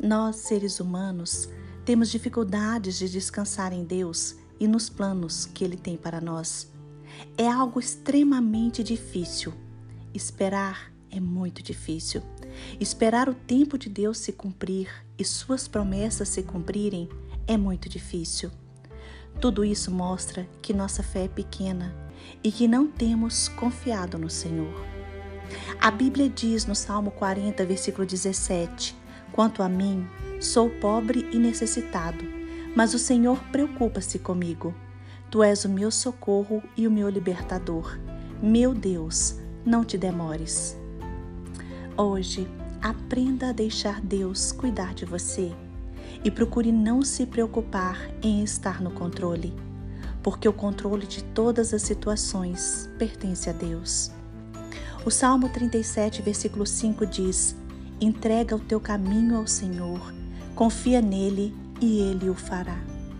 Nós, seres humanos, temos dificuldades de descansar em Deus e nos planos que Ele tem para nós. É algo extremamente difícil. Esperar é muito difícil. Esperar o tempo de Deus se cumprir e suas promessas se cumprirem é muito difícil. Tudo isso mostra que nossa fé é pequena e que não temos confiado no Senhor. A Bíblia diz no Salmo 40, versículo 17: "Quanto a mim, sou pobre e necessitado, mas o Senhor preocupa-se comigo. Tu és o meu socorro e o meu libertador. Meu Deus, não te demores." Hoje, aprenda a deixar Deus cuidar de você e procure não se preocupar em estar no controle, porque o controle de todas as situações pertence a Deus. O Salmo 37, versículo 5 diz: "Entrega o teu caminho ao Senhor, confia nele e ele o fará."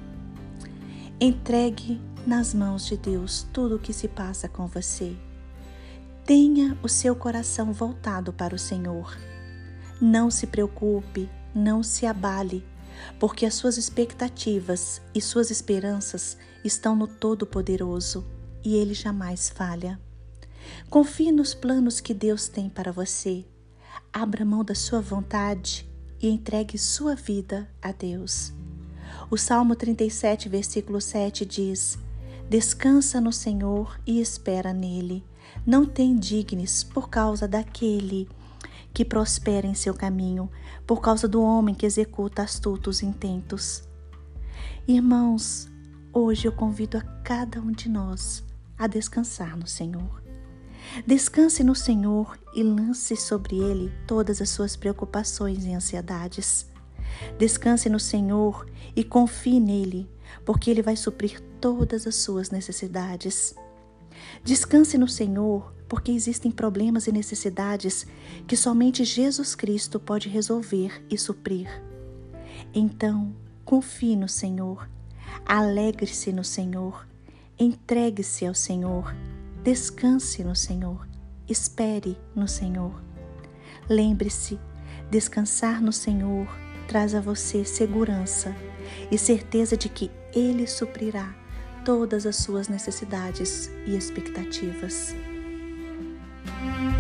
Entregue nas mãos de Deus tudo o que se passa com você. Tenha o seu coração voltado para o Senhor. Não se preocupe, não se abale, porque as suas expectativas e suas esperanças estão no Todo-Poderoso e Ele jamais falha. Confie nos planos que Deus tem para você. Abra mão da sua vontade e entregue sua vida a Deus. O Salmo 37, versículo 7 diz: "Descansa no Senhor e espera nele. Não te indignes por causa daquele que prospera em seu caminho, por causa do homem que executa astutos intentos." Irmãos, hoje eu convido a cada um de nós a descansar no Senhor. Descanse no Senhor e lance sobre Ele todas as suas preocupações e ansiedades. Descanse no Senhor e confie nele, porque Ele vai suprir todas as suas necessidades. Descanse no Senhor, porque existem problemas e necessidades que somente Jesus Cristo pode resolver e suprir. Então, confie no Senhor, alegre-se no Senhor, entregue-se ao Senhor, descanse no Senhor, espere no Senhor. Lembre-se, descansar no Senhor traz a você segurança e certeza de que Ele suprirá todas as suas necessidades e expectativas.